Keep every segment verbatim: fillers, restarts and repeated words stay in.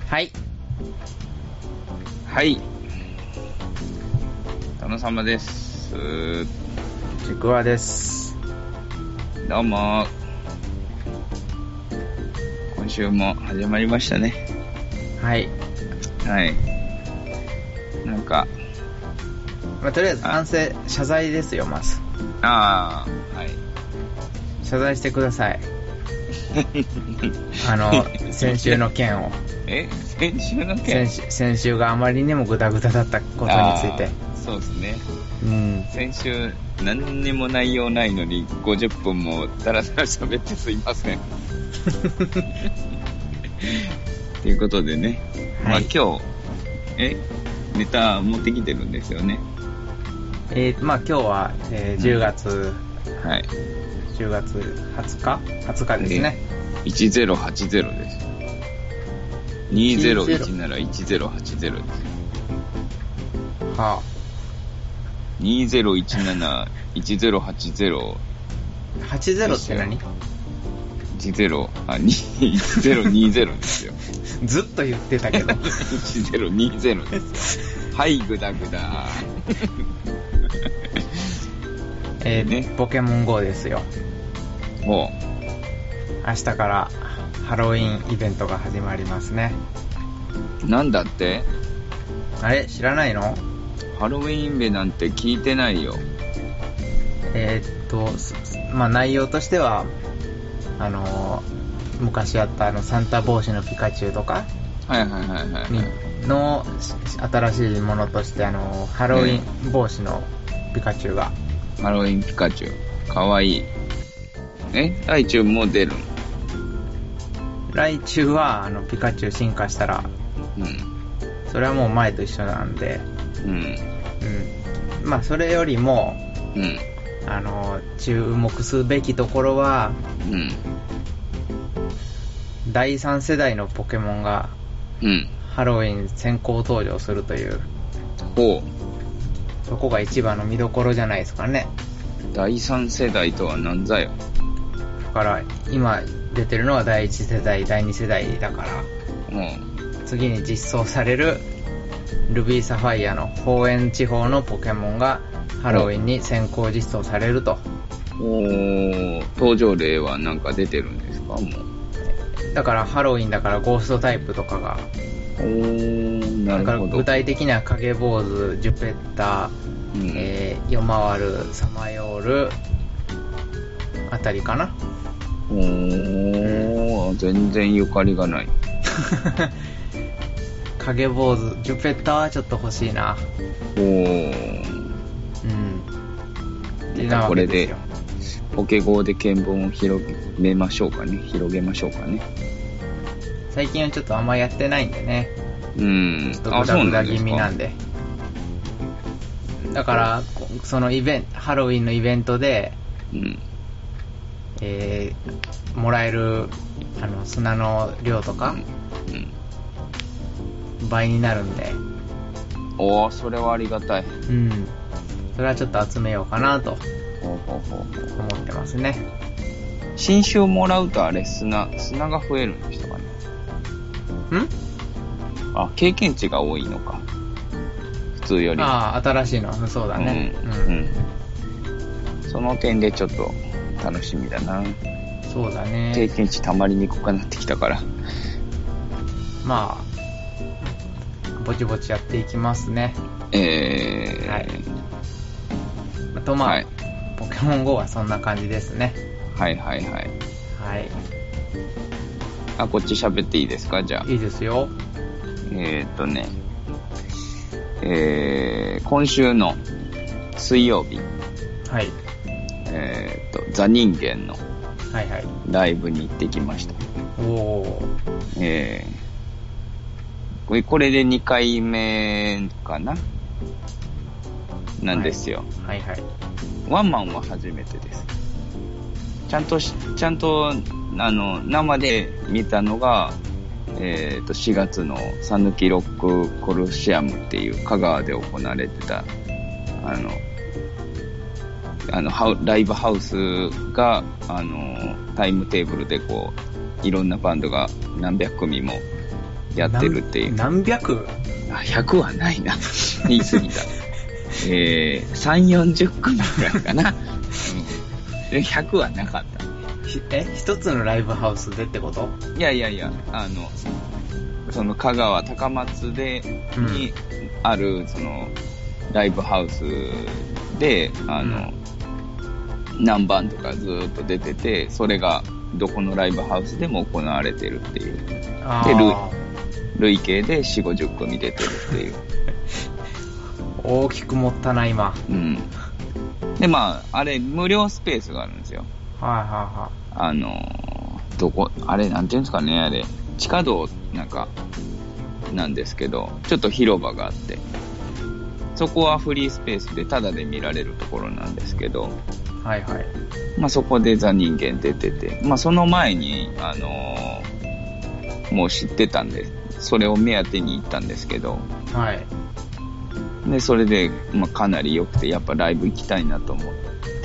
はい。 はい。殿様です。 ちくわです。 どうも。今週も始まりましたね。 はい。 はい。なんか、 まあ、とりあえず反省、謝罪ですよ、まず。 ああ、はい。 謝罪してください。あの、先週の件を。 え先週の件先週、先週があまりにもグダグダだったことについて。 そうですね。 うん。先週、何にも内容ないのにごじゅっぷんもだらだら喋ってすいません。ということでね。はい、まあ今日、えネタ持ってきてるんですよね。 えー、まあ今日は、えー、じゅうがつ、 うん、はい。 じゅうがつはつか ?はつかですね。 いちぜろはちぜろです。にせんいちならいちぜろはちぜろです。 はあ。 にせんいちなな、いちぜろはちぜろ。 はちぜろって何？ いちぜろ、あ、いちぜろにぜろですよ。 ずっと言ってたけど。いちぜろにぜろですよ。はい、グダグダ。 えー、ね、ポケモン ゴー ですよ。 もう。明日からハロウィンイベントが始まりますね。 なんだって？ あれ知らないの？ ハロウィンイベなんて聞いてないよ。 えー、っと、まあ内容としては、あのー、昔あったあのサンタ帽子のピカチュウとか、 はいはいはいはい、はい、 の新しいものとしてあのー、ハロウィン帽子のピカチュウが、 ね、ハロウィンピカチュウかわいい。え、ライチュウも出るの？ ライチュウはあのピカチュウ進化したら、うん、それはもう前と一緒なんで、うん、うん、まあそれよりも、うん、あの注目すべきところは、うん、だいさん世代のポケモンが、うん、ハロウィン先行登場するという、 ほう、 そこが一番の見どころじゃないですかね。 だいさん世代とは何ぞよ。 だから今出てるのはだいいち世代、だいに世代だから、うん、次に実装されるルビーサファイアの方園地方のポケモンがハロウィンに先行実装されると。 おー、登場例はなんか出てるんですか？もうだからハロウィンだからゴーストタイプとかが、 おー、なるほど。だから具体的には影坊主、ジュペッター、うん、えー、夜回る、さまようるあたりかな。 おー、うん、全然ゆかりがない。 影坊主、ジュペッターはちょっと欲しいな。 おー、うん。これでポケゴーで見聞を広めましょうかね。広げましょうかね。 最近はちょっとあんまやってないんでね。 うん。 ちょっとグダグダ気味なんで。だからそのイベント、ハロウィンのイベントで、うん、えー、もらえるあの砂の量とか、うんうん、倍になるんで。 おー、それはありがたい。 うん。それはちょっと集めようかなと思ってますね。 新種をもらうとあれ砂砂が増えるんでしたかね。 ん？ あ、経験値が多いのか。普通より。 ああ、新しいの。そうだね。うん。うんうん、その点でちょっと楽しみだな。 そうだね。 経験値たまりにくくなってきたから。 まあ、ぼちぼちやっていきますね。 えー。はい。 あとまあ、はい、ポケモン ゴー はそんな感じですね。 はいはいはい。 はい。 あ、こっち喋っていいですか？じゃあ。 いいですよ。 えーっとね、えー、今週の水曜日。 はい。 えーっと、ザ人間のはいはい。 ライブに行ってきました。 おー。 えー、これ、これでにかいめかななんですよ。 はい、はいはい。 ワンマンは初めてです。ちゃんとし、ちゃんと、あの、生で見たのが、えっと、しがつのサヌキロックコルシアムっていう香川で行われてた、あの、あの、ハウライブハウスが、あの、タイムテーブルでこう、いろんなバンドが何百組もやってるっていう。 何百？ あ、ひゃくはないな。言い過ぎた。えー、さんじゅう、よんじゅっくみぐらいかな。うん、ひゃくはなかった。 え、一つのライブハウスでってこと？ いやいやいや、あの、その香川高松で、にある、その、ライブハウスで、あの、うん、何番とかずーっと出てて、それがどこのライブハウスでも行われてるっていう。で、累計でよんじゅう、ごじゅっくみ出てるっていう。 大きく持ったな、今。 うん。で、まあ、あれ、無料スペースがあるんですよ。 はいはいはい。 あの、どこ、あれ、なんていうんですかね、あれ、地下道、なんか、なんですけど、ちょっと広場があって、そこはフリースペースでタダで見られるところなんですけど、 はいはい。 まあそこでザ人間出てて、まあその前に、あのー、もう知ってたんで、それを目当てに行ったんですけど、 はい。 で、それで、まあかなり良くて、やっぱライブ行きたいなと思って、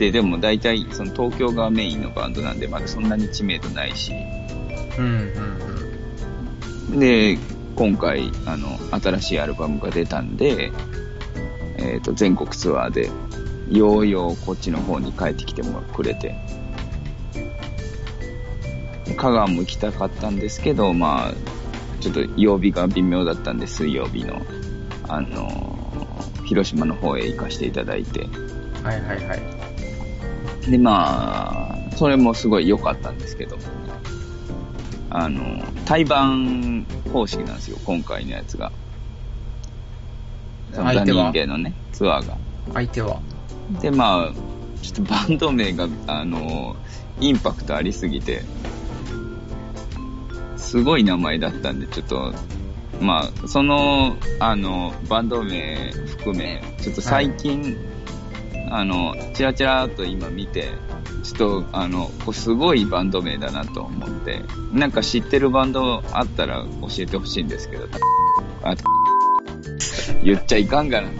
でも大体その東京がメインのバンドなんで、まだそんなに知名度ないし、 うんうんうん。で、今回、あの、新しいアルバムが出たんで、えっと、全国ツアーで、ようようこっちの方に帰ってきてもくれて、香川も行きたかったんですけど、まあ、ちょっと曜日が微妙だったんで、水曜日の、あの、広島の方へ行かせていただいて。 はいはいはい。 で、まあ、それもすごい良かったんですけど、あの、対バン方式なんですよ、今回のやつが。そのザ人間のね、ツアーが。 相手はで、まあ、ちょっとバンド名が、あの、インパクトありすぎて、すごい名前だったんで、ちょっと、まあ、その、あの、バンド名含め、ちょっと最近、はい、あの、チラチラっと今見て、ちょっと、あの、これすごいバンド名だなと思って、なんか知ってるバンドあったら教えてほしいんですけど、あ言っちゃいかんがな。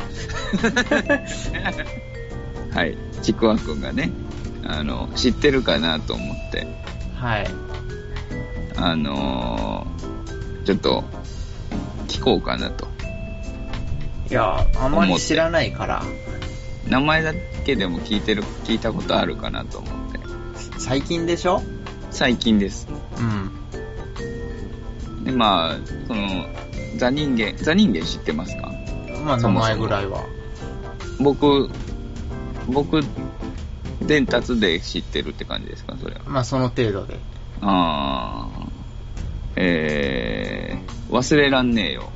はい。ちくわくんがね、あの、知ってるかなと思って。 はい。 あのー、ちょっと、聞こうかなと。 いや、あんまり知らないから。 名前だけでも聞いてる、聞いたことあるかなと思って。 最近でしょ？ 最近です。 うん。 で、まあ、その、ザ人間、ザ人間知ってますか？ まあ、名前ぐらいは。 僕、僕、伝達で知ってるって感じですか、それは。 まあ、その程度で。 あー、えー、忘れらんねえよ。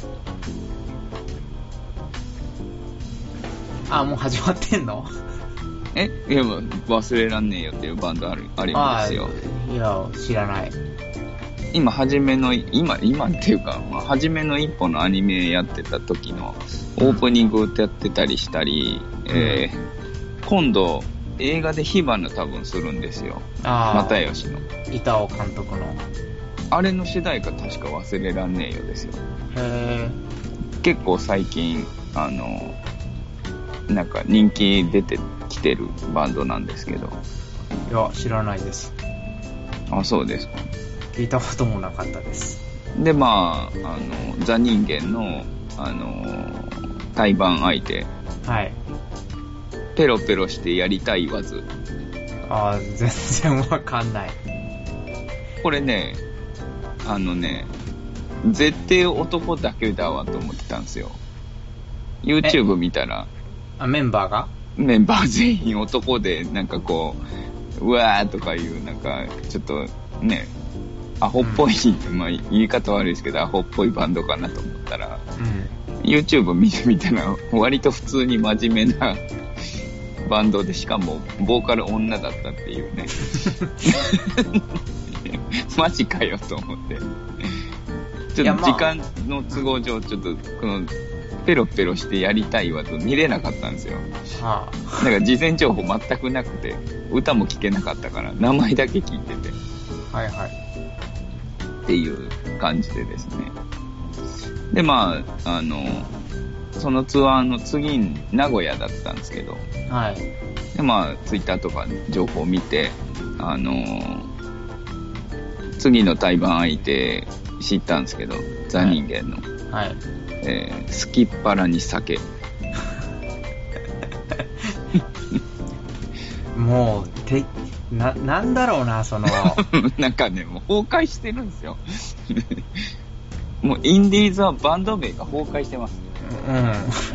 あ、もう始まってんの？ え、いや、忘れらんねえよっていうバンドある、ありますよ。 いや、知らない。 今、初めの、今、今っていうか、まあ、初めの一歩のアニメやってた時のオープニングってやってたりしたり、うん、えー、今度、映画で火花多分するんですよ。又吉の。 板尾監督の。 あれの主題歌確か忘れらんねえよですよ。 へー。結構最近、あの、なんか人気出てきてるバンドなんですけど。 いや、知らないです。 あ、そうですか。 聞いたこともなかったです。 で、まあ、あの、ザ人間の、あの、対バン相手。 はい。 ペロペロしてやりたいわず。 ああ、全然わかんない。 これね、あのね、絶対男だけだわと思ってたんですよ。YouTube 見たら。 あ、メンバーが？ メンバー全員男で、なんかこう、うわーとかいう、なんか、ちょっとね、アホっぽい、うん、まあ言い方悪いですけど、アホっぽいバンドかなと思ったら、うん、YouTube 見てみたら、割と普通に真面目なバンドで、しかも、ボーカル女だったっていうね。マジかよと思って。ちょっと時間の都合上、ちょっと、この、ペロペロしてやりたいわと見れなかったんですよ。はあ、だから事前情報全くなくて、歌も聴けなかったから、名前だけ聞いてて。 はいはい。 っていう感じでですね。で、まあ、あの、そのツアーの次、名古屋だったんですけど、 はい。 で、まあ、ツイッターとか情報を見て、あの、次の対バン相手知ったんですけど、ザ人間の。 はい。 えー、すきっ腹に酒。 もう、て、な、なんだろうな、その。 なんかね、もう崩壊してるんですよ。もう、インディーズはバンド名が崩壊してます。 うん。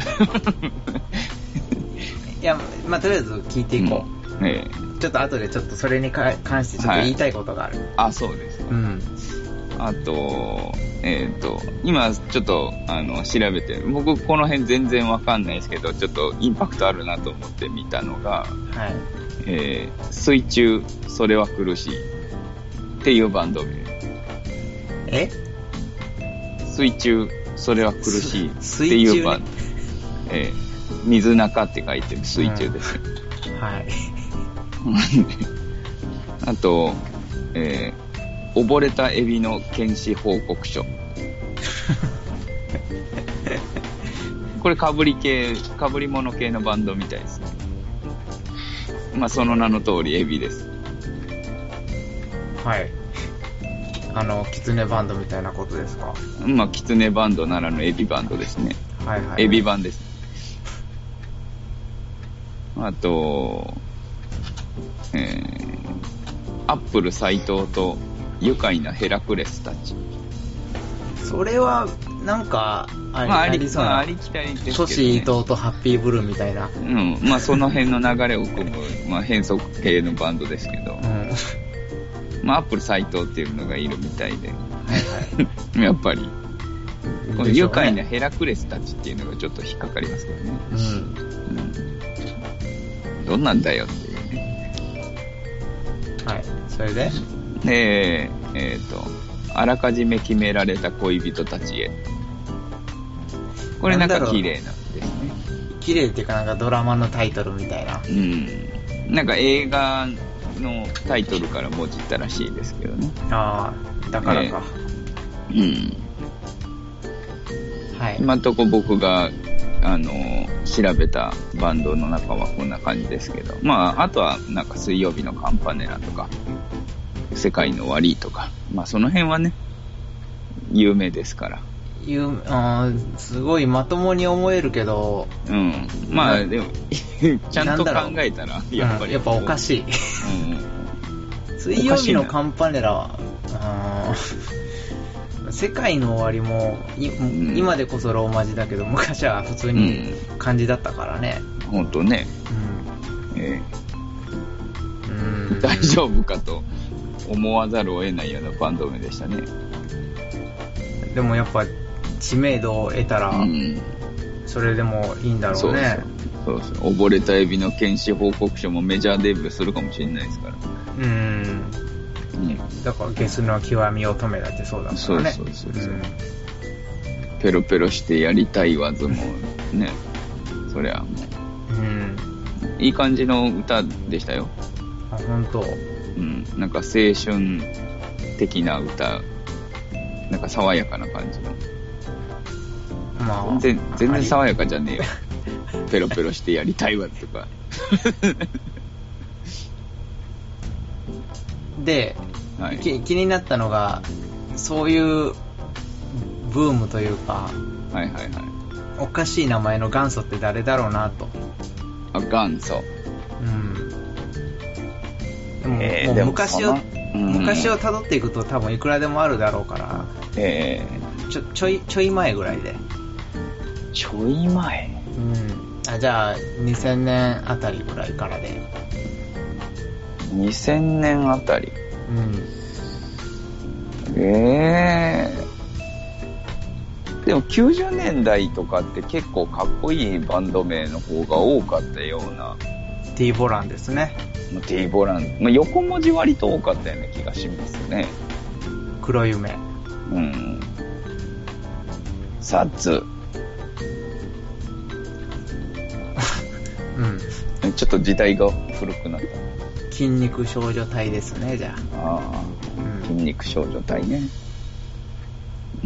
いや、まあ、とりあえず聞いていこう。ええ、ちょっと後でちょっとそれに関してちょっと言いたいことがある。はい、 あ、そうですか。うん。あと、えっ、ー、と、今ちょっと、あの、調べて、僕この辺全然わかんないですけど、ちょっとインパクトあるなと思って見たのが、はい。えー、水中、それは苦しい。っていうバンド名。 え？ 水中、それは苦しい。っていうバンド。えー水中って書いてる水中ですよ。うん、はい。あと、えー、溺れたエビの検視報告書。これかぶり系、かぶり物系のバンドみたいですね。まあその名の通りエビです。 はい。あの、キツネバンドみたいなことですか？ まあキツネバンドならぬエビバンドですね。はいはい、はい。エビバンです。あと、えー、アップル斎藤と愉快なヘラクレスたち。 それは、なんか、あり、まあ、ありそうな。まあ、ありきたりですけどね。ソシ伊藤とハッピーブルーみたいな。 うん。まあ、その辺の流れを組む、まあ、変則系のバンドですけど。うん。まあ、アップル斎藤っていうのがいるみたいで。はいはい。やっぱり。この愉快なヘラクレスたちっていうのがちょっと引っかかりますけどね。うん。うんどんなんだよっていうね。 はい。それでで、えっ、ー、と、あらかじめ決められた恋人たちへ。これなんか綺麗なんですね。 綺麗っていうかなんかドラマのタイトルみたいな。 うん。なんか映画のタイトルからもじったらしいですけどね。 ああ、だからか。 えー、うん。はい。今んとこ僕があの調べたバンドの中はこんな感じですけど、まああとはなんか水曜日のカンパネラとか世界の終わりとか、まあその辺はね有名ですから。 有あすごいまともに思えるけど、 うん、まあでもちゃんと考えたらやっぱり、 うん、やっぱおかしい。うん、水曜日のカンパネラは。あ世界の終わりも、うん、今でこそローマ字だけど昔は普通に漢字だったからね。 ほんとね、うんえー、うん大丈夫かと思わざるを得ないようなバンド名でしたね。 でもやっぱ知名度を得たら、うん、それでもいいんだろうね。 そうそうそう、溺れたエビの検視報告書もメジャーデビューするかもしれないですから。うんだからゲスの極み乙女だってそうだからね。そうそうそうそう、うん、 ペロペロしてやりたいわずもねそりゃもう、うん、いい感じの歌でしたよ。 あ、本当。 うんなんか青春的な歌、なんか爽やかな感じの。まあ全然全然爽やかじゃねえよ。ペロペロしてやりたいわとか。 で、はい、気になったのがそういうブームというか、はいはいはい、おかしい名前の元祖って誰だろうなと。 あ、元祖。うん。 でも、えー、もう昔を、うん、昔を辿っていくと多分いくらでもあるだろうから、えー、ちょちょいちょい前ぐらいで。 ちょい前。 うん。あ、じゃあにせんねんあたりぐらいからで。 にせんねんあたり。うん。えー。でもきゅうじゅうねんだいとかって結構かっこいいバンド名の方が多かったような。 T ボランですね。 T ボラン。まあ、横文字割と多かったような気がしますね。 黒夢。うん。 サッツ。うん。ちょっと時代が古くなった。 筋肉少女隊ですね、じゃあ。ああ、 うん、筋肉少女隊ね。うん。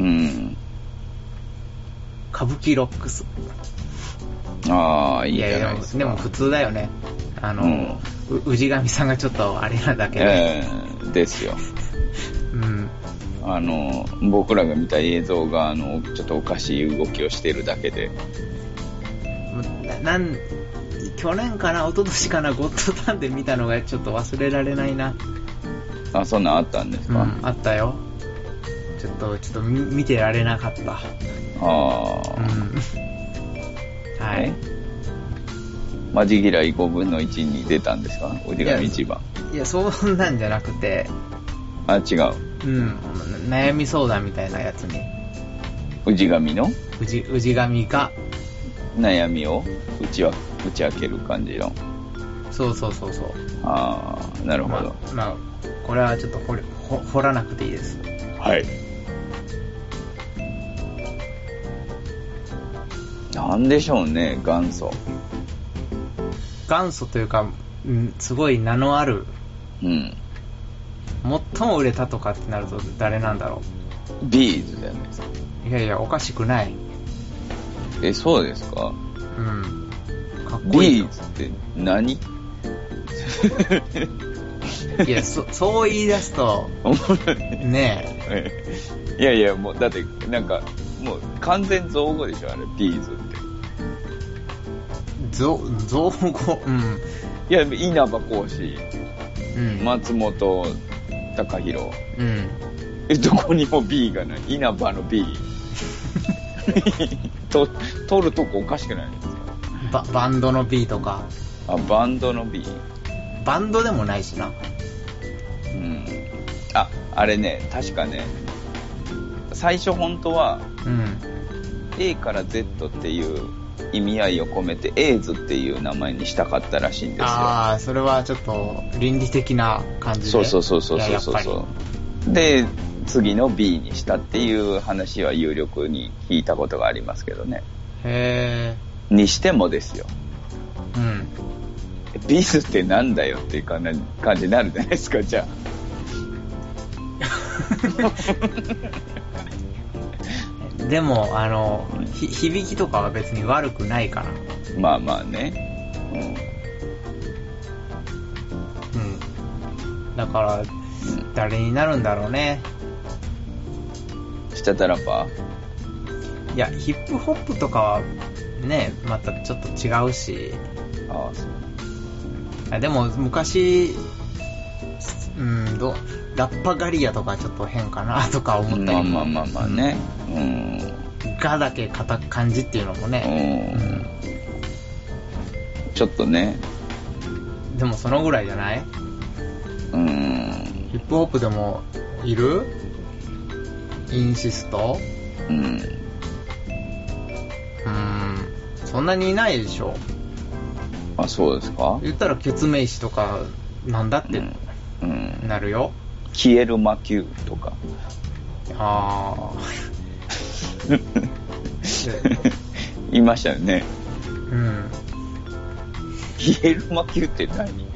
歌舞伎ロックス。 ああ、いいじゃないですか。 いやいや、でも普通だよね。あの、うん、氏神さんがちょっとあれなだけで。 えー、ですよ。うん。 あの、僕らが見た映像が、あの、ちょっとおかしい動きをしてるだけで。 な、なん去年かな、一昨年かな、ゴッドタンで見たのがちょっと忘れられないな。 あ、そんなんあったんですか？ うん、あったよ。ちょっと、ちょっと見てられなかった。ああ。 うん。はい。 マジ嫌いごぶんのいちに出たんですか？氏神一番。 いや、そんなんじゃなくて。 あ、違う。 うん。悩み相談みたいなやつに。 氏神の？ 氏、氏神が。 悩みを打ちは、打ち明ける感じの。 そうそうそうそう。 ああ、なるほど。 まあ、まあ、これはちょっと掘り、ほ掘らなくていいです。 はい。なんでしょうね、元祖。 元祖というか、うん、すごい名のある。 うん。 最も売れたとかってなると誰なんだろう。ビーズじゃないですか。 いやいや、おかしくない。 え、そうですか？ うん。かっこいい。 ビーズって何？ いや、そ、そう言い出すと、ねえ。いやいや、もう、だって、なんか、もう、完全造語でしょ、あれ、ビーズって。 造、造語、うん。 いや、稲葉講師、 うん、 松本隆弘。 うん。 え、どこにも B がない。稲葉の B。と、取るとこおかしくないですか？ バ、バンドの B とか。 あ、バンドの B。 バンドでもないしな。 うん。あ、あれね、確かね、最初本当は、 うん、 A から Z っていう意味合いを込めて エイズ っていう名前にしたかったらしいんですよ。 ああ、それはちょっと倫理的な感じで。 そうそうそうそうそうそうそう。で、次の B にしたっていう話は有力に聞いたことがありますけどね。 へー。にしてもですよ。 うん。 ビーズってなんだよっていう感じになるじゃないですか、じゃあ。 でも、あの、ひ響きとかは別に悪くないから。 まあまあね。 うん。うん。だから、誰になるんだろうね。 スチャダラパー？いや、ヒップホップとかはね、またちょっと違うし。 ああ、そう。 でも昔、うん、どラッパガリアとかちょっと変かなとか思ったり。 まあまあまあまあね。うん。 ガだけ硬く感じっていうのもね。 うん。うん、ちょっとね。 でもそのぐらいじゃない？ うん。 ヒップホップでもいる？インシスト？ うん。 うん。そんなにいないでしょ。 あ、そうですか？ 言ったらケツメイシとかなんだってなるよ。 うんうん、消える魔球とか。 ああ。 言いましたよね。 うん。 消える魔球って何？で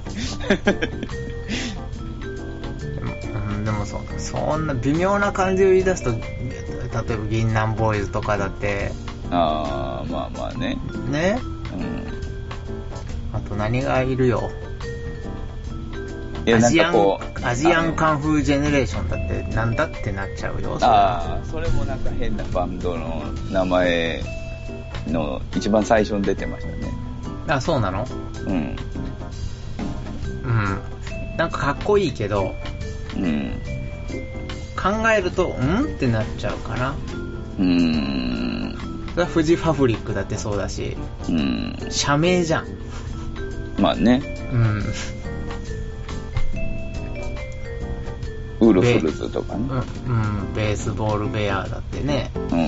も、うん、でもそ、そんな微妙な感じを言い出すと、例えば銀杏ボーイズとかだって。 ああ、まあまあね。 ね。うん。あと何がいるよ。いや、アジアン、アジアンカンフージェネレーションだってなんだってなっちゃうよ。 ああ、それもなんか変なバンドの名前の一番最初に出てましたね。 あ、そうなの？うん。うん。なんかかっこいいけど、うん。考えると、んってなっちゃうかな。うーん。それはフジファブリックだってそうだし、うん。社名じゃん。 まあね。うん。ウルフルズとかね。 うん、うん、ベースボールベアだってね。うん。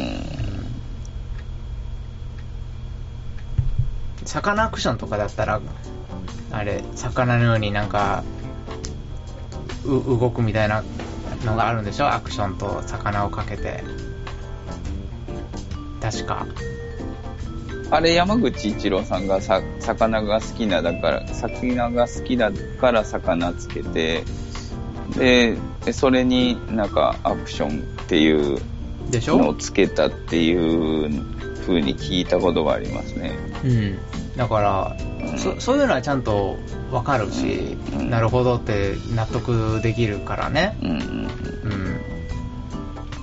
サカナアクションとかだったら、あれ、魚のようになんか、う、動くみたいなのがあるんでしょ？アクションと魚をかけて。確か。 あれ、山口一郎さんがさ、魚が好きなだから、魚が好きだから魚つけて、で、それになんかアクションっていうのをつけたっていう風に聞いたことがありますね。 うん。だから、うん、そ, そういうのはちゃんとわかるし、うんうん、なるほどって納得できるからね。うんうんうん。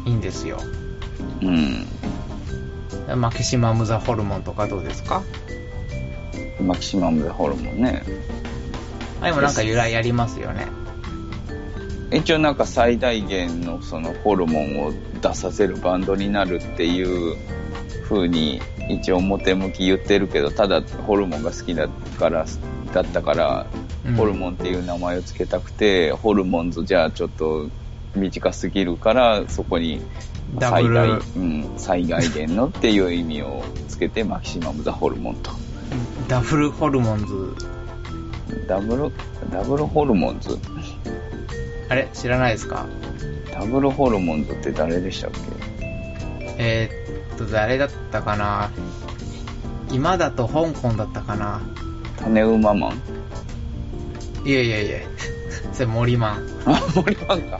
いいんですよ。 うん。 マキシマム・ザ・ホルモンとかどうですか？ マキシマム・ザ・ホルモンね。 あれもなんか由来ありますよね。 一応なんか最大限のそのホルモンを出させるバンドになるっていう風に一応表向き言ってるけど、ただホルモンが好きだからだったから、うん、ホルモンっていう名前をつけたくて、ホルモンズじゃあちょっと短すぎるからそこに最大、うん、最大限のっていう意味をつけてマキシマム・ザ・ホルモンと。 ダブルホルモンズ。 ダブルダブルホルモンズ。 あれ知らないですか？ ダブルホルモンズって誰でしたっけ？ えー、っと誰だったかな。今だと香港だったかな。 種馬マン？ いやいやいやそれ森マン。 あ、森マンか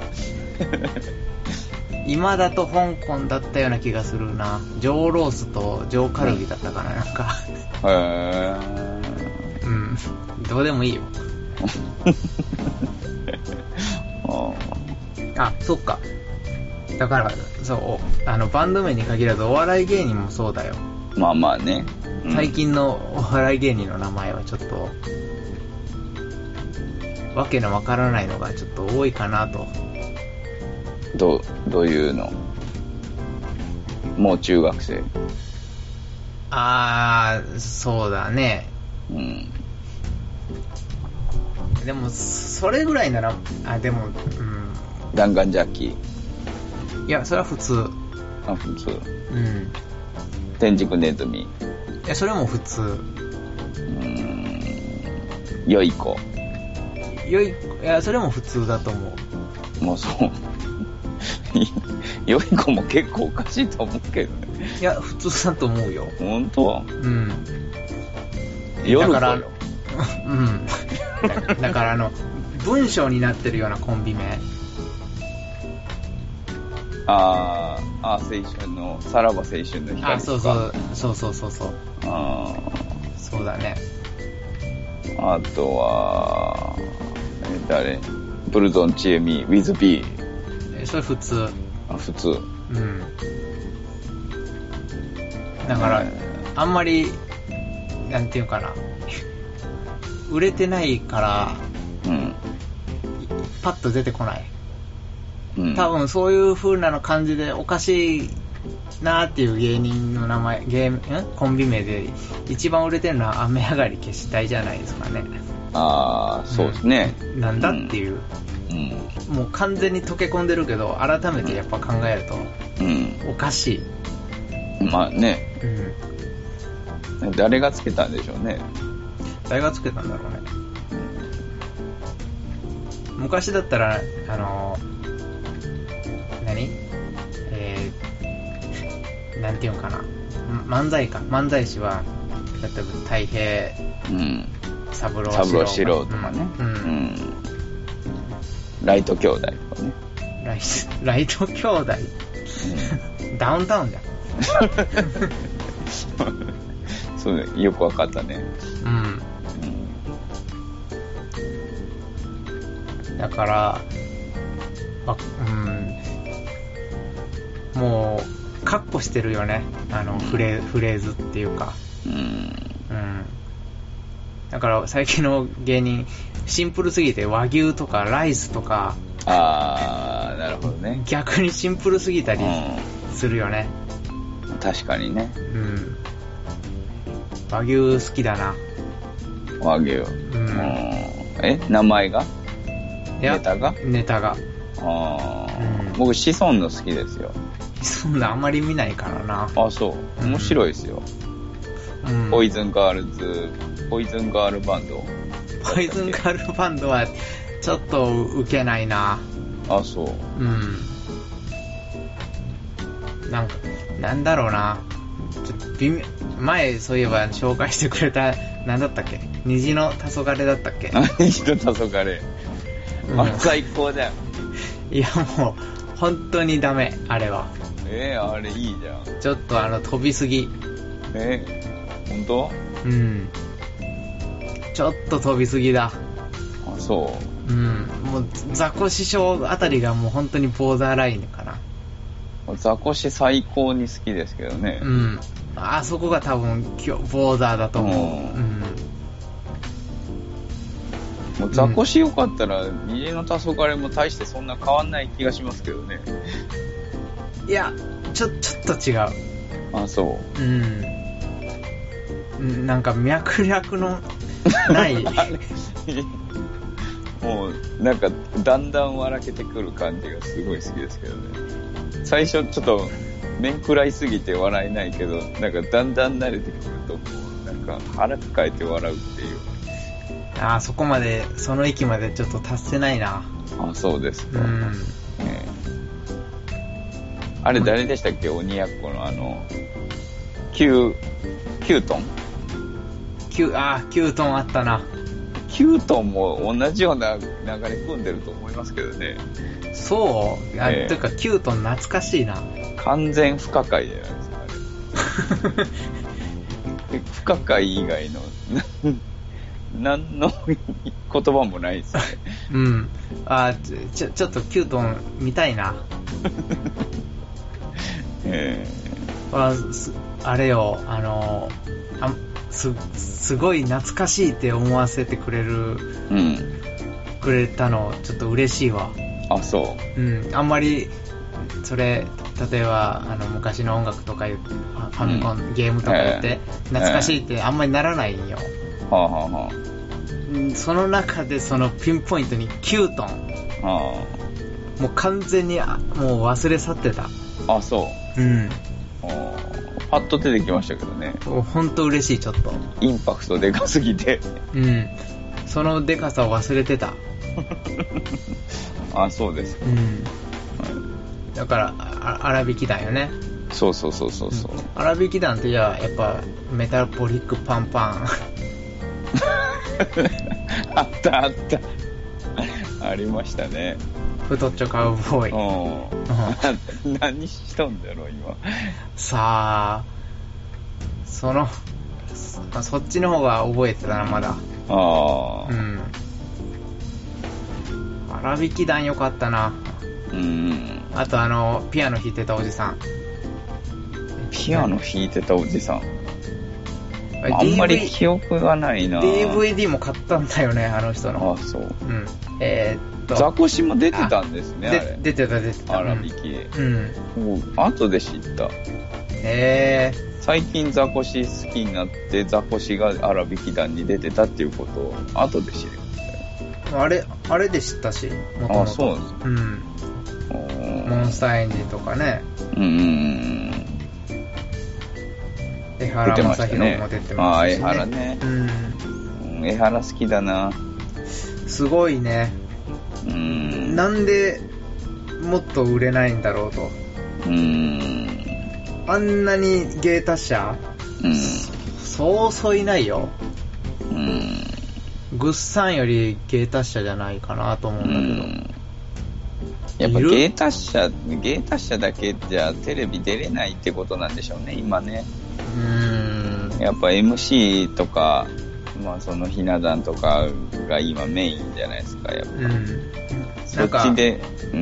今だと香港だったような気がするな。ジョーロースとジョーカルビだったかな、なんかへー。うんどうでもいいよあ、そっか。だからそうあのバンド名に限らずお笑い芸人もそうだよ。 まあまあね、 うん、最近のお笑い芸人の名前はちょっとわけのわからないのがちょっと多いかなと。 どうどういうの？もう中学生？ あーそうだね。 うん。 でもそれぐらいならあでもうん。 弾丸ジャッキー。 いやそれは普通。 あ普通。 うん。 天竺ネズミ。 いやそれも普通。うーん。よい子。 よいいやそれも普通だと思う。 もうそうよい子も結構おかしいと思うけどね。 いや普通だと思うよ。 本当？ うん。 夜だからうんだ, だからあの文章になってるようなコンビ名。 あーあ青春のさらば青春の光とか。 あそうそうそうそうそうそう。 あそうだね。 あとはえ誰？ブルゾンチエミ with B。 えそれ普通。 あ普通。 うん。だから、えー、あんまりなんていうかな売れてないから、 うん、 パッと出てこない。 うん、 多分そういう風なの感じでおかしいなーっていう芸人の名前、ゲーム、んコンビ名で一番売れてるのは雨上がり消し隊じゃないですかね。 ああ、そうですね、 うん。なんだっていう、うんうん。もう完全に溶け込んでるけど、改めてやっぱ考えると、うん、おかしい。まあね、うん。誰がつけたんでしょうね。 誰がつけたんだろうね。昔だったら、あのー、何えー、なんていうのかな。漫才か。漫才師は、例えば太平、うん、三郎四郎とかね、うんうんうん。ライト兄弟とかね。 ライ, ライト兄弟、うん、ダウンタウンじゃん。 そうね、よくわかったね。うん。 うん、だから、あ、うん、もうカッコしてるよね。あのフレ、フレーズっていうか。うん。うん。だから最近の芸人シンプルすぎて和牛とかライスとか。 あー、なるほどね。 逆にシンプルすぎたりするよね。 うん、確かにね。うん。 和牛好きだな。 和牛。うん。え、名前が？ネタが？ ネタが。 あー、うん、僕シソンの好きですよ。 シソンのあんまり見ないからな。 あ、そう。面白いですよ。うん、ポイズンガールズ、ポイズンガールバンド。 ポイズンガールバンドはちょっとウケないな。 あ、そう。 うん。なんかなんだろうな。ちょっと微妙。前そういえば紹介してくれたなんだったっけ？虹の黄昏だったっけ？ 虹の黄昏。うん、あ、最高だよ。 いやもう本当にダメあれは。 えー、あれいいじゃん。 ちょっとあの飛びすぎ。 えー、本当？ うん。ちょっと飛びすぎだ。 あ、そう。 うん。もうザコ師匠あたりがもう本当にボーダーラインかな。 ザコシ最高に好きですけどね。 うん。あそこが多分ボーダーだと思う。うん。 もうザコシよかったら、虹の黄昏も大してそんな変わんない気がしますけどね。 いや、ちょ、ちょっと違う。 あ、そう。 うん。なんか脈略のない。 もう、なんか、だんだん笑けてくる感じがすごい好きですけどね。最初ちょっと、面食らいすぎて笑えないけど、なんかだんだん慣れてくると、もう、なんか腹抱えて笑うっていう。 ああ、そこまで、その域までちょっと達せないな。 あ、そうですか。 うん。 ね、あれ誰でしたっけ、鬼奴のあの、キュー、キュートンキュー、ああ、キュートンあったな。 キュートンも同じような流れ組んでると思いますけどね。 そうあ、えー、というか、キュートン懐かしいな。 完全不可解じゃないですか、あれ。不可解以外の、何の言葉もないですね。 うん。あ、ちょ、ちょっとキュートン見たいな。 えー、あ, あれよ、あの、あす、すごい懐かしいって思わせてくれる、うん、くれたの、ちょっと嬉しいわ。 あ、そう。 うん、あんまり、それ、例えば、あの、昔の音楽とか言って、ファミコン、うん、ゲームとか言って、えー、懐かしいってあんまりならないんよ。 はあはあはあ、 その中でそのピンポイントにキュートン、はあ、もう完全にもう忘れ去ってた。 あ、そう。 うん。 パッと出てきましたけどね。 本当嬉しい、ちょっと。 インパクトでかすぎて。 うん。そのでかさを忘れてた。 あ、そうです。 うん。だから、荒引き団よね。 そうそうそうそうそう。 荒引き団ってじゃあ、やっぱ、メタボリックパンパン。 あったあった。ありましたね。 太っちょカウボーイ。 うん。何しとんだろう、今。 さあ、その、そっちの方が覚えてたな、まだ。 ああ。 うん。荒引き団よかったな。 うん。 あとあの、ピアノ弾いてたおじさん。 ピアノ弾いてたおじさん。あんまり記憶がないな。 ディーブイディー も買ったんだよね、あの人の。 あ、そう。 うん。えー、っと。 ザコシも出てたんですね、あれ。 出てた、出てた。 荒引き。 うん。 もう、後で知った。 へー。 最近ザコシ好きになって、ザコシが荒引き団に出てたっていうことを後で知りましたよ。 あれ、あれで知ったし、もともと。 あ、そうなんですか。 うん。モンスターエンジンとかね。 うん。 江原正宏も出てますしね。 ああ、江原ね。 うん。 江原好きだな。 すごいね。 うん。 なんでもっと売れないんだろうと。 うん。 あんなに芸達者、 うん、 そうそういないよ。 うん。 グッサンより芸達者じゃないかなと思うんだけど。うん、 やっぱ芸達者、芸達者だけじゃテレビ出れないってことなんでしょうね、今ね。 うーん。 やっぱ エムシー とか、まあそのひな壇とかが今メインじゃないですか、やっぱ。うん。そっちで、うん。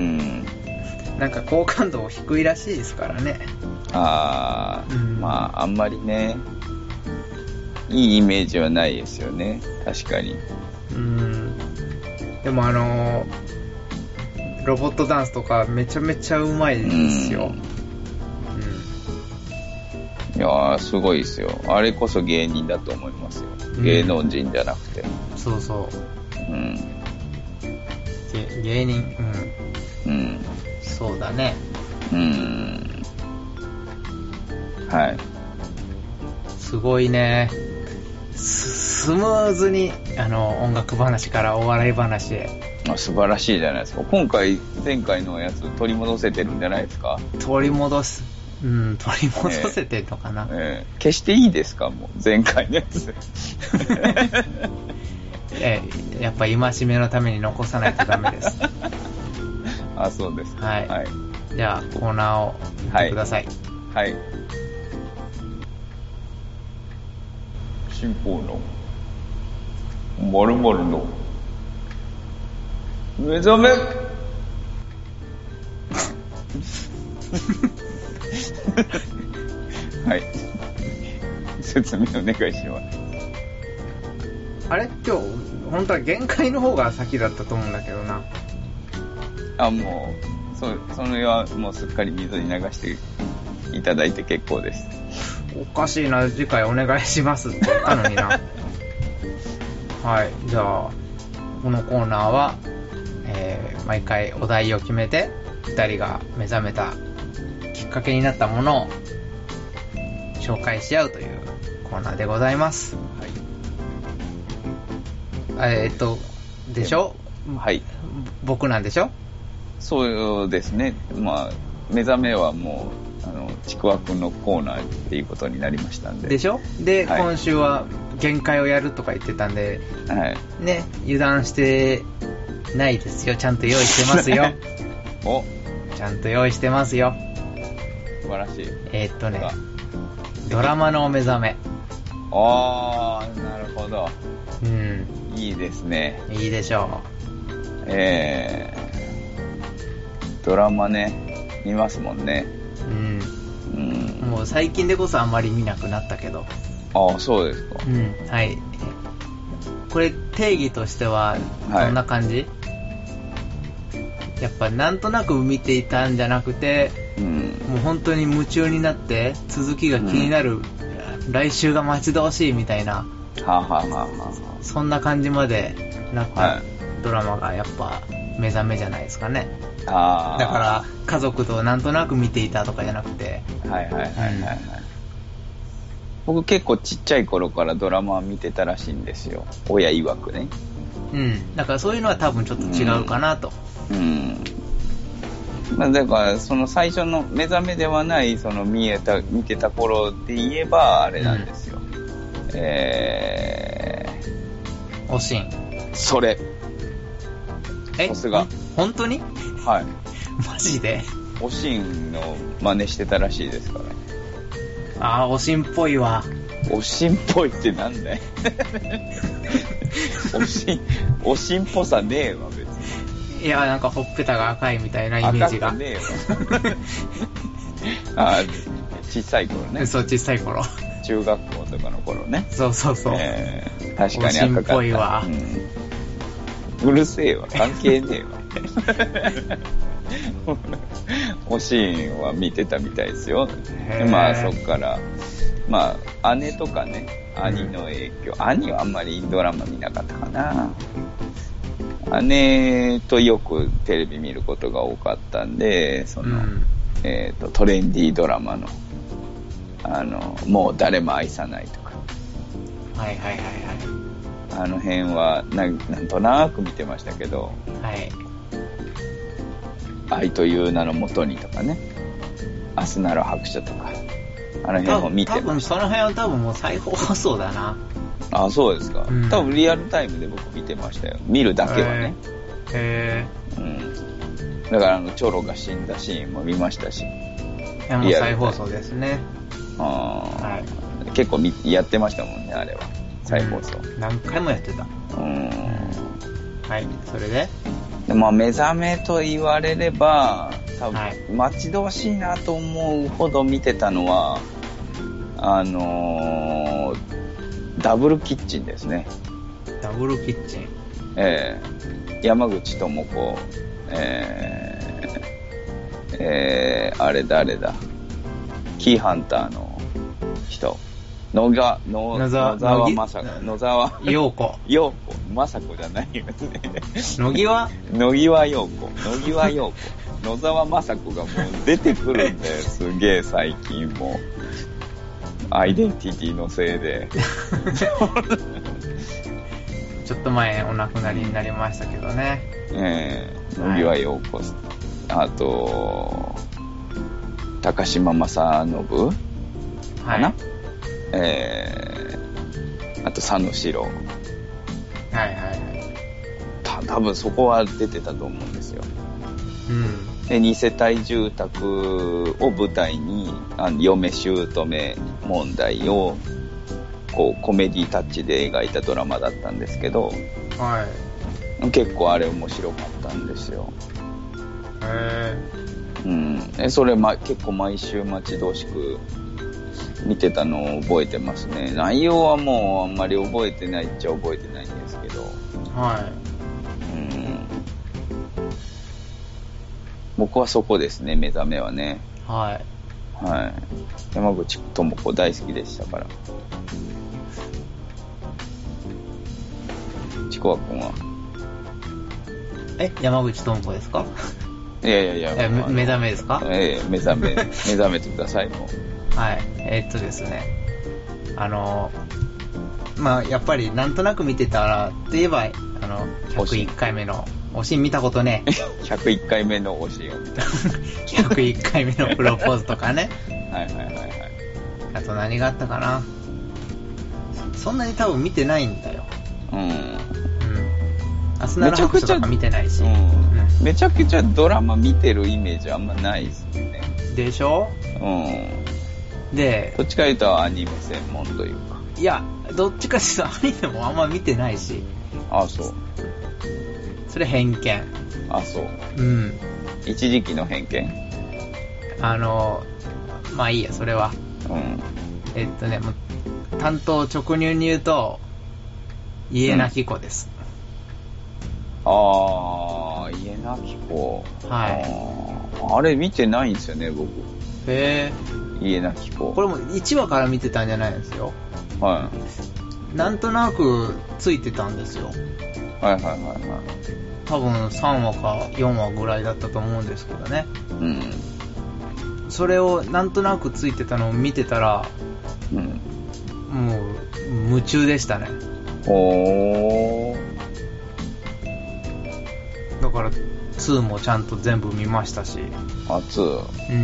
なんか好感度低いらしいですからね。 ああ、うん、まああんまりね、いいイメージはないですよね、確かに。 うん。でもあのー、ロボットダンスとかめちゃめちゃうまいですよ。うんいやー、すごいですよ。あれこそ芸人だと思いますよ。芸能人じゃなくて。 うん、そうそう。うん。芸人、うん。うん。そうだね。 うん。はい。 すごいね。スムーズに、あの、音楽話からお笑い話へ。 あ、素晴らしいじゃないですか。今回、前回のやつ取り戻せてるんじゃないですか。 取り戻す。うん、取り戻せてんのかな、 えーえー、消していいですかもう前回のやつえー、やっぱ戒めのために残さないとダメですあ、そうですか、はい、はい、じゃあコーナーを言ってください。 はい、はい、新報の〇〇の目覚めはい。説明お願いします。 あれ今日、本当は限界の方が先だったと思うんだけどな。 あ、もう、そ、それはもうすっかり水に流していただいて結構です。 おかしいな、次回お願いしますって言ったのにな。はい、じゃあ、このコーナーは、えー、毎回お題を決めて、二人が目覚めたきっかけになったものを紹介し合うというコーナーでございます。はい。えー、っと、でしょ？ はい。 僕なんでしょ？ そうですね。まあ、目覚めはもう、あの、ちくわくんのコーナーっていうことになりましたんで。 でしょ？で、 はい、 今週は限界をやるとか言ってたんで、 はい。 ね、油断してないですよ。ちゃんと用意してますよ。 お、 ちゃんと用意してますよ。 素晴らしい。 えー、っとね、ドラマのお目覚め。 あー、なるほど。 うん。 いいですね。 いいでしょう。えー、ドラマね、見ますもんね。 うん。 うん。 もう最近でこそあんまり見なくなったけど。 ああ、そうですか。 うん、はい。これ定義としてはどんな感じ？はい、やっぱなんとなく見ていたんじゃなくて、うん、もう本当に夢中になって続きが気になる、うん、来週が待ち遠しいみたいな、 はあはあはあはあ、 そんな感じまでなったドラマがやっぱ目覚めじゃないですかね。 あ、 だから家族となんとなく見ていたとかじゃなくて、 はいはいはいはい、はい、うん、僕結構ちっちゃい頃からドラマ見てたらしいんですよ、親曰くね。 うん、だからそういうのは多分ちょっと違うかなと。 うん、うんまあ、だからその最初の目覚めではないその見えた見てた頃で言えばあれなんですよ、うん、えー、おしんそれえさすが本当にはいマジでおしんの真似してたらしいですからね。 あーおしんっぽいわ。 おしんっぽいってなんだよおしんおしんっぽさねえわ別に。 いやなんかほっぺたが赤いみたいなイメージが。 赤くねえわあ小さい頃ね。 そう小さい頃中学校とかの頃ね。 そうそうそう、 えー、確かに赤かった。 おしんっぽいわ、 うん、うるせえわ関係ねえわおしんは見てたみたいですよ。まあそっからまあ姉とかね兄の影響、うん、兄はあんまりドラマ見なかったかな。姉とよくテレビ見ることが多かったんで、その、うん、えっと、トレンディードラマの、あの、もう誰も愛さないとか。 はいはいはいはい。 あの辺はな、なんとなく見てましたけど、 はい。 愛という名のもとにとかね、アスナロ白書とか、あの辺も見てました。 多分その辺は多分もう再放送だな。 あ、そうですか、うん、多分リアルタイムで僕見てましたよ、見るだけはね。 へえ、 うん、だからあのチョロが死んだシーンも見ましたし。いやもう再放送ですね。 あ、はい、結構みやってましたもんねあれは再放送、 うん、何回もやってた。うん、はい。それでで、まあ、目覚めと言われれば多分、はい、待ち遠しいなと思うほど見てたのはあのーダブルキッチンですね。 ダブルキッチン。 えー、山口智子、えー、えー、あれ誰だ。キーハンターの人。野川、野, 野沢雅子。野沢陽子。 陽子。雅子じゃないよね。 野際野際陽子。野際陽子。野沢雅子がもう出てくるんで、すげえ最近もう。アイデンティティのせいでちょっと前お亡くなりになりましたけどね。 ええー、野際陽子、はい、あと高島正信かな、はい、えー、あと佐野史郎、はいはいはい、 た多分そこは出てたと思うんですよ。 うんでに世帯住宅を舞台にあの嫁姑問題をこうコメディタッチで描いたドラマだったんですけど、 はい、 結構あれ面白かったんですよ。 へうん。え、それ、ま、結構毎週待ち遠しく見てたのを覚えてますね。内容はもうあんまり覚えてないっちゃ覚えてないんですけど。 はい。 うん。僕はそこですね、目覚めはね。 はい。 はい。山口智子大好きでしたから。ちくわくんは？ え、山口智子ですか？ いやいやいや。 え、目覚めですか？ ええ、目覚め、目覚めてください、もう。はい。えー、っとですね。あの、まあ、やっぱりなんとなく見てたら、といえば、あの、ひゃくいっかいめの、おしん見たことね。 ひゃくいっかいめのおしんを見た。 ひゃくいっかいめのプロポーズとかね。 はいはいはいはい。 あと何があったかな。そんなに多分見てないんだよ。 うん。うん。 アスナル白書とか見てないし、うんうん。めちゃくちゃドラマ見てるイメージあんまないですよね。 でしょ？ うん。 で、 どっちか言うとアニメ専門というか。 いや、どっちかっていうとアニメもあんま見てないし。 あ、そう。 それ偏見。 あ、そう。 うん。 一時期の偏見？ あの、まあいいや、それは。 うん。 えっとね、もう担当直入に言うと、家なき子です。 うん、あー、家なき子。 はい。 あ, あれ見てないんですよね、僕。 へー。家なき子。 これもいちわから見てたんじゃないんですよ。 はい。 なんとなくついてたんですよ。 はいはいはいはい。 多分さんわかよんわぐらいだったと思うんですけどね。 うん。 それをなんとなくついてたのを見てたら、 うん。 もう夢中でしたね。 おー。 だからツーもちゃんと全部見ましたし。 あ、ツー。 うん。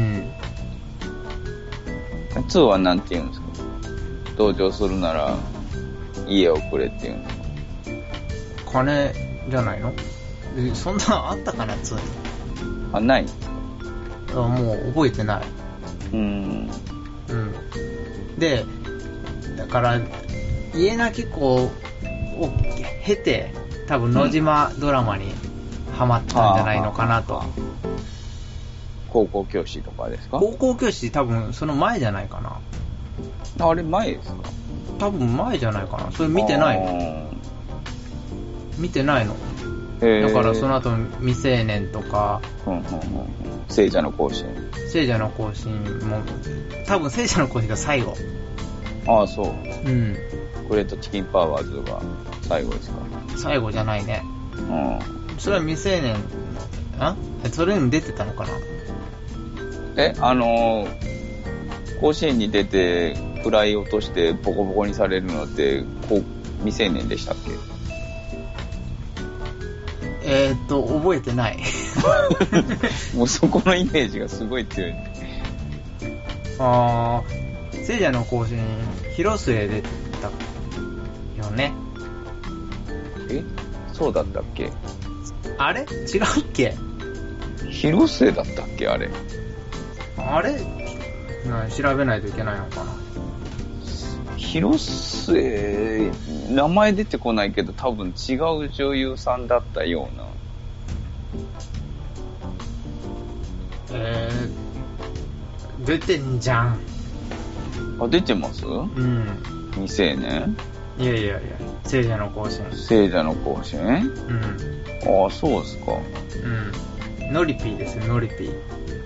ツーはなんて言うんですか？登場するなら家をくれって言うんですか？ 金じゃないの？そんなあったかな、ツーに。 あ、ない。 あ、もう覚えてない。 うーん。 うん。で、だから家なき子を経て多分野島ドラマにハマったんじゃないのかなと。 高校教師とかですか？ 高校教師多分その前じゃないかな。 あれ前ですか？ 多分前じゃないかな。それ見てないの？見てないの。だからその後未成年とか、 うんうんうん、聖者の行進。 聖者の行進も多分聖者の行進が最後。 ああ、そう。うん。 グレートチキンパワーズが最後ですか？ 最後じゃないね。 うん。 それは未成年、あ？それにも出てたのかな？ え、あのー、甲子園に出てフライ落としてボコボコにされるのってこう未成年でしたっけ？ えーっと覚えてないもうそこのイメージがすごい強い。 あー、聖者の行進広末出てたよね。 え、そうだったっけ？ あれ違うっけ？ 広末だったっけあれ？ あれな、調べないといけないのかな。 広末、名前出てこないけど多分違う女優さんだったような。 えー、出てんじゃん。 あ、出てます？ うん。 未成年？ いやいやいや、聖者の行進。 聖者の行進？うん。ああ、そうですか。 うん。ノリピーですよ、ノリピー。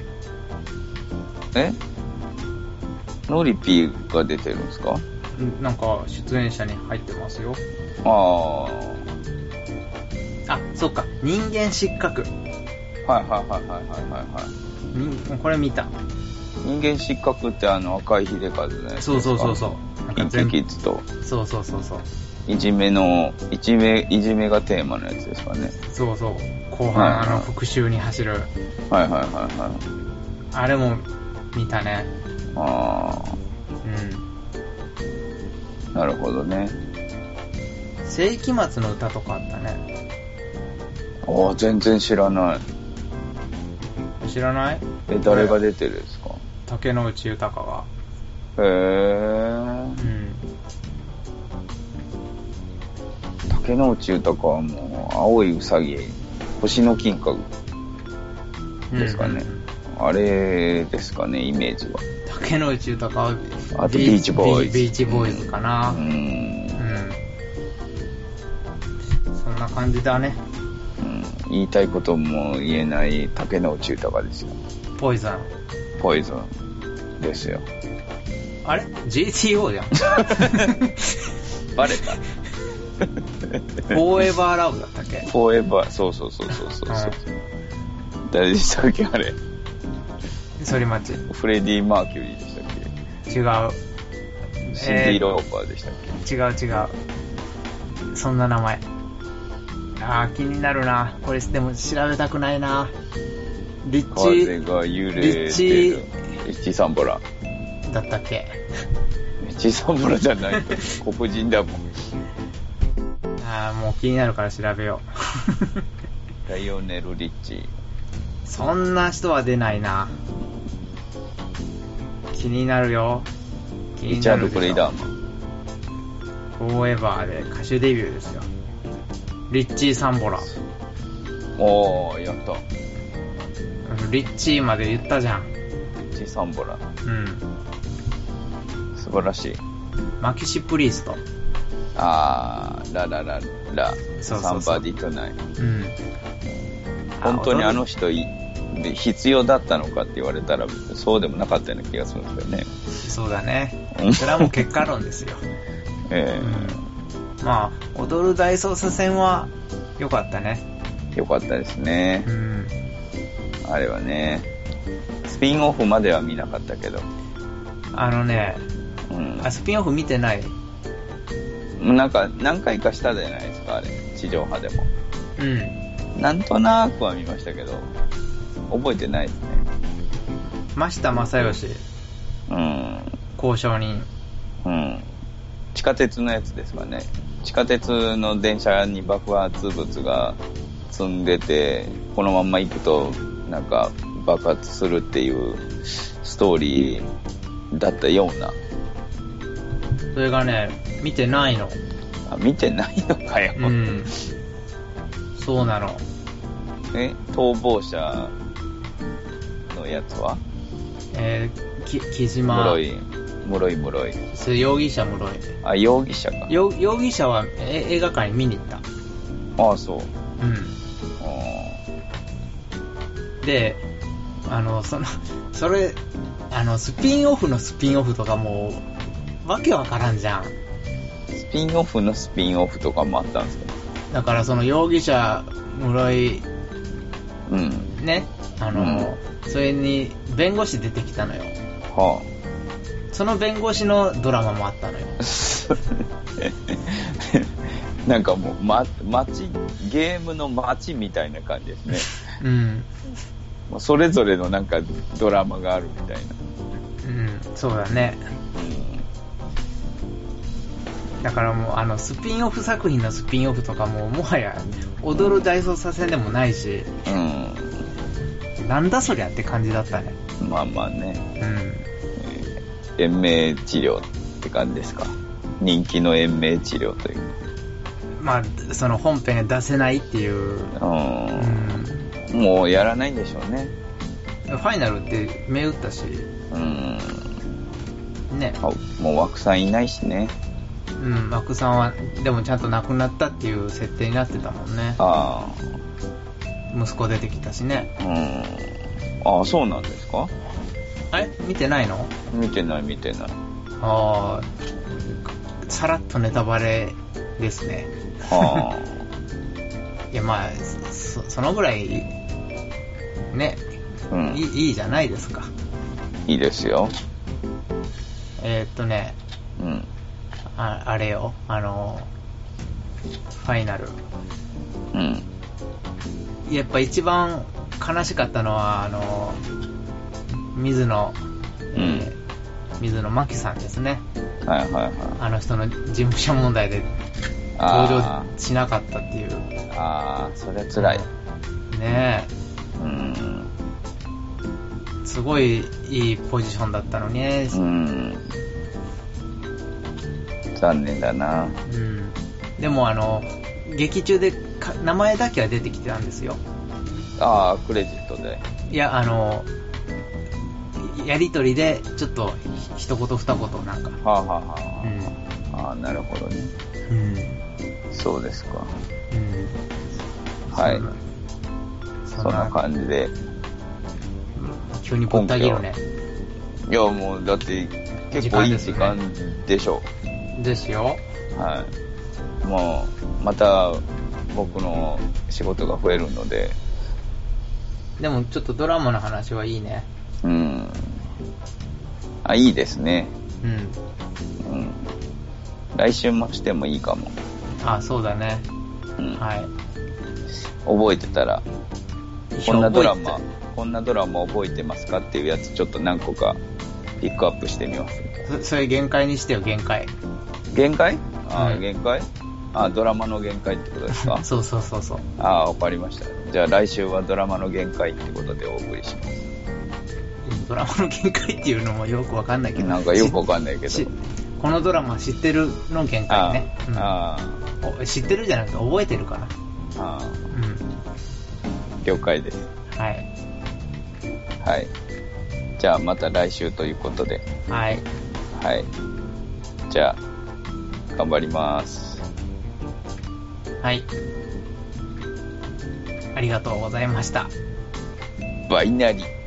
え？ノリピーが出てるんですか？ なんか出演者に入ってますよ。 ああ。あ、そっか。人間失格。 はいはいはいはいはいはい。 これ見た。 人間失格ってあの赤井秀和のやつ。 そうそうそうそう。 キンキキッズと。 そうそうそうそう。 いじめの、いじめ、いじめがテーマのやつですかね。 そうそう。後半、はいはい、あの復讐に走る。 はいはいはいはい。 あれも見たね。 ああ。うん。なるほどね。 世紀末の歌とかあったね。 ああ、全然知らない。 知らない？ え、誰が出てるんですか？ 竹野内豊が。 へー。うん。竹野内豊はもう、青いうさぎ、星の金貨ですかね。うんうん、 あれですかね、イメージは。 竹野内豊はあとビーチボーイズ。 ビーチボーイズかな。 うん。うん。 そんな感じだね。 うん。言いたいことも言えない竹野内豊ですよ。 ポイズン。 ポイズンですよ。 あれ ?ジーティーオー じゃん。 バレた。 フォーエバーラブだったっけ？ フォーエバー、そうそうそうそうそうそう、うん。誰でしたっけあれ。 反町。 フレディ・マーキュリーでしたっけ？違う。 シンディ・ローパーでしたっけ？ 違う違う。そんな名前。あー、気になるな。これでも調べたくないな。リッチ。 風が揺れてる。リッチ。リッチサンボラ。 だったっけ？ リッチサンボラじゃないと黒人だもん。 あー、もう気になるから調べよう。ライオネル・リッチ。 そんな人は出ないな。気になるよ。気になるでしょ。リチャード・クレイダーマン。フォーエバーで歌手デビューですよ。リッチー・サンボラ。 おー、やった。 リッチーまで言ったじゃん。 リッチー・サンボラ。 うん。 素晴らしい。 マキシ・プリースト。 あー、ララララ。 そうそうそう。 サンバディトゥナイ。 うん。 本当にあの人必要だったのかって言われたらそうでもなかったような気がするんですよね。 そうだね。それはもう結果論ですよ。 えーうん、まあ踊る大捜査線は良かったね。 良かったですね。 うん、 あれはね、スピンオフまでは見なかったけど。 あのね、 うん、 あスピンオフ見てない。 なんか何回かしたじゃないですかあれ地上波でも。 うん。 なんとなくは見ましたけど、覚えてないですね。 増田正義。 うん。 交渉人。 うん。地下鉄のやつですかね。地下鉄の電車に爆発物が積んでて、このまんま行くと、なんか爆発するっていうストーリーだったような。 それがね、見てないの。 あ、見てないのかよ。 うん。そうなの。 え、逃亡者のやつはえー、き、木島。 室井、室井室井。 それ容疑者室井。 あ、容疑者か。 容疑者はえ映画館に見に行った。 ああ、そう。 うん。で、あの、その、それ、あの、スピンオフのスピンオフとかもう、わけわからんじゃん。 スピンオフのスピンオフとかもあったんですか？ だからその容疑者室井、 うん、 ね、あの、うん、それに弁護士出てきたのよ。 はあ、 その弁護士のドラマもあったのよ。 なんかもう、ま、街、ゲームの街みたいな感じですね。 うん。 もうそれぞれのなんかドラマがあるみたいな。 うん、そうだね。だからもうあのスピンオフ作品のスピンオフとかももはや踊る大捜査線でもないし、 うん、 なんだそりゃって感じだったね。 まあまあね、 うん、 延命治療って感じですか。人気の延命治療という。 まあその本編出せないっていう、 うんうん、もうやらないんでしょうね。 ファイナルって銘打ったし、 うん、 ね、 もう枠さんいないしね。 うん、枠さんはでもちゃんと亡くなったっていう設定になってたもんね。 ああ、 息子出てきたしね。 うん、ああ、そうなんですか。 え、見てないの？ 見てない見てない。 ああ、さらっとネタバレですね。 はあ。 いやまあ そ, そのぐらいね、うん、い, いいじゃないですか。 いいですよ。 えー、っとね、 うん。 あ, あれよ、あのファイナル、 うん、 やっぱ一番悲しかったのはあの水野、うん、えー、水野真紀さんですね。 はいはいはい。 あの人の事務所問題で登場しなかったっていう。 ああ、それ辛いねえ。うん、 すごいいいポジションだったのにね。 うん、残念だな。 うん。でもあの劇中でか名前だけは出てきてたんですよ。 ああ、クレジットで。 いや、あのやりとりでちょっと一言二言なんか。 はあはあはあ。うん、ああ、なるほどね。うん。そうですか。うん。はい。そんな感じで。 急にぶった切るね。 いや、もう、だって、結構いい時間でしょう。ですよ。 はい。もう、また、僕の仕事が増えるので。 でも、ちょっとドラマの話はいいね。 うん。あ、いいですね。うん。うん。来週もしてもいいかも。 あ、そうだね。うん。はい。 覚えてたら、こんなドラマ、こんなドラマ覚えてますかっていうやつちょっと何個かピックアップしてみます。 そ, それ限界にしてよ、限界。 限界？あ、うん、限界？あ、ドラマの限界ってことですか？ そうそうそうそう。 あ、わかりました。じゃあ来週はドラマの限界ってことでお送りします。 ドラマの限界っていうのもよくわかんないけど。 なんかよくわかんないけど。 このドラマ知ってるの限界ね。あ、うん、あ、知ってるじゃなくて覚えてるから。あ、うん。 了解です。 はい。 はい。じゃあまた来週ということで。 はい。 はい。じゃあ、頑張ります。 はい。ありがとうございました。 バイナリー。